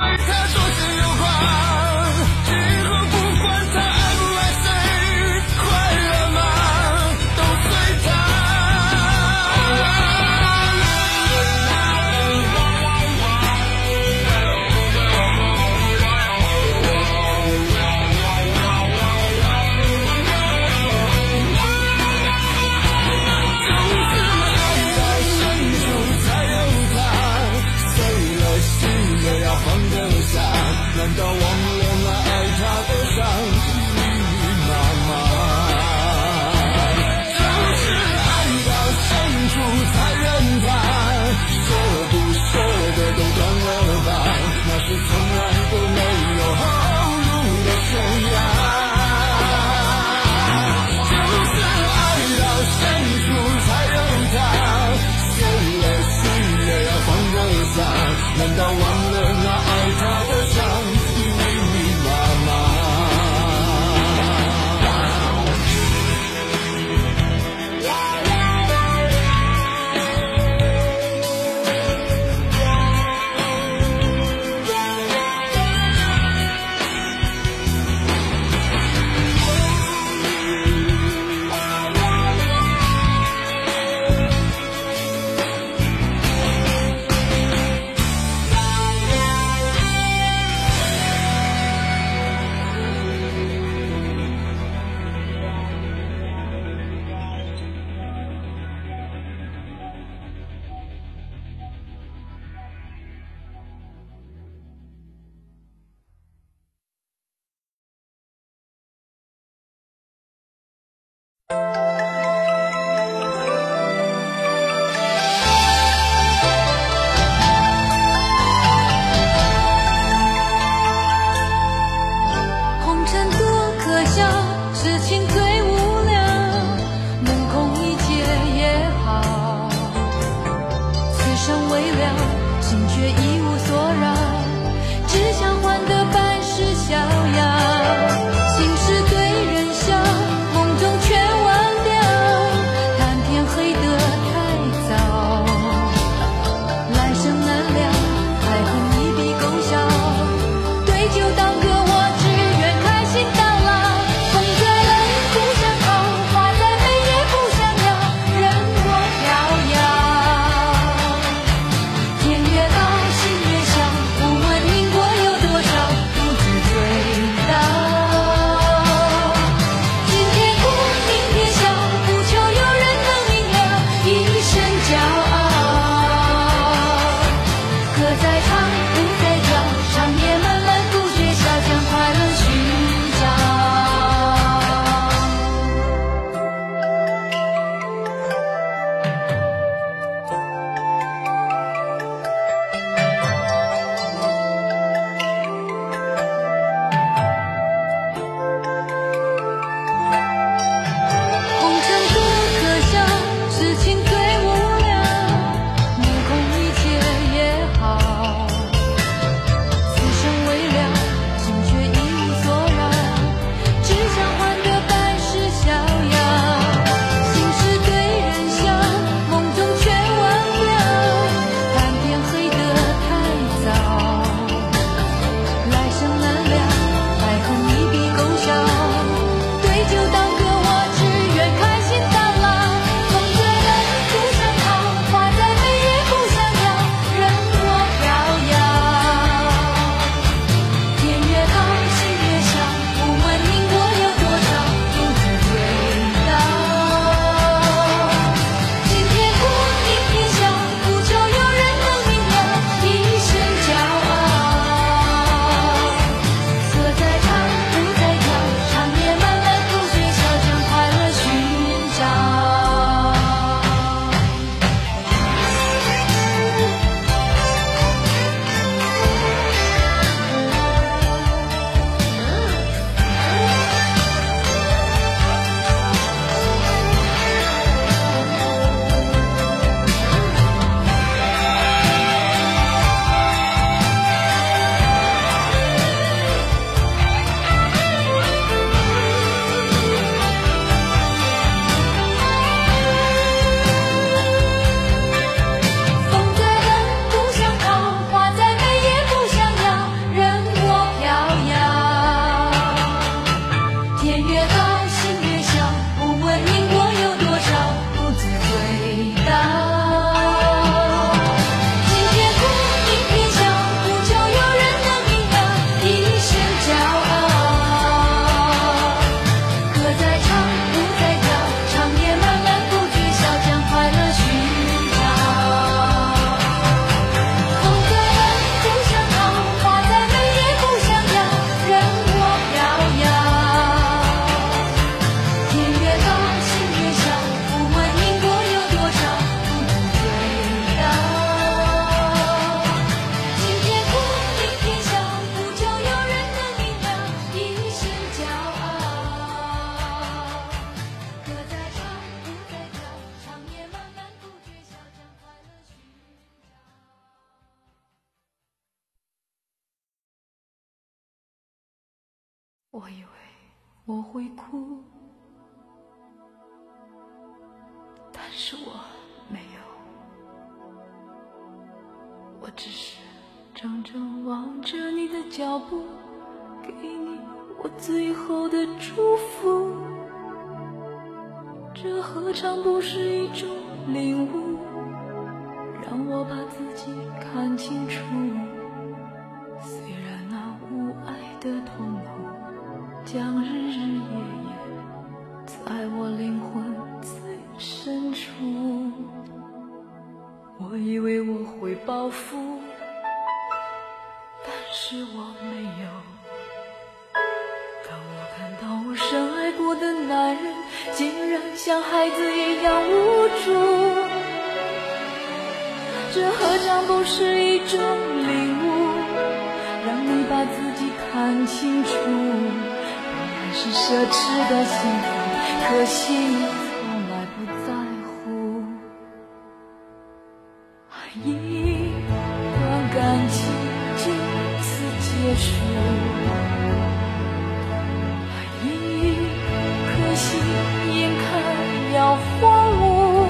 他说是有狂，以后不管他爱不爱谁，快乐吗？都随他。种子埋在深处才有它，碎了心了要放得下，难道忘了？ 我以为我会哭，但是我没有，我只是怔怔望着你的脚步，给你我最后的祝福。这何尝不是一种领悟，让我把自己看清楚。虽然那无爱的痛苦将日日夜夜在我灵魂最深处，我以为我会报复，但是我没有。当我看到我深爱过的男人竟然像孩子一样无助，这何尝不是一种领悟，让你把自己看清楚。本来是奢侈的幸福，可惜你从来不在乎。一段感情就此结束，一颗心眼看要荒芜。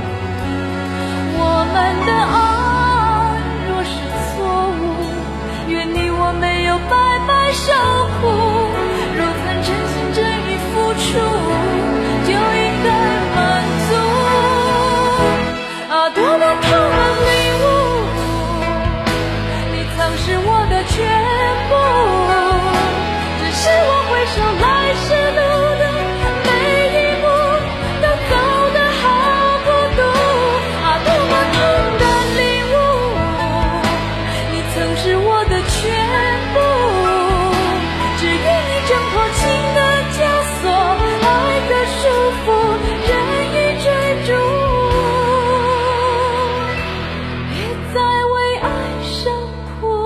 我们的爱若是错误，愿你我没有白白受苦。若曾真心真意付出，就应该满足。啊，多么痛的领悟，你曾是我的全部，只是我回首来时路的每一步都走得好孤独。啊，多么痛的领悟，你曾是我的全部，只愿你挣脱情的枷锁，爱的束缚，任意追逐，别再为爱伤哭。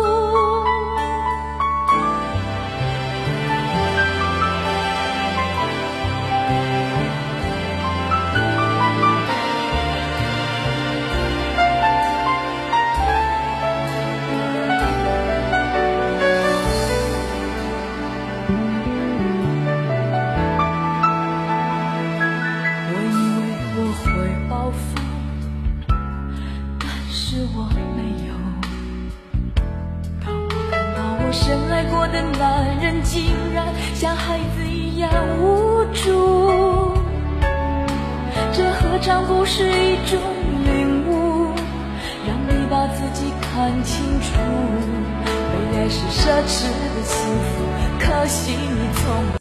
我以为我会报复，但是我没有。当我看到我深爱过的男人竟然像孩子一样无助，这何尝不是一种领悟，让你把自己看清楚。被爱是奢侈的幸福，可惜你从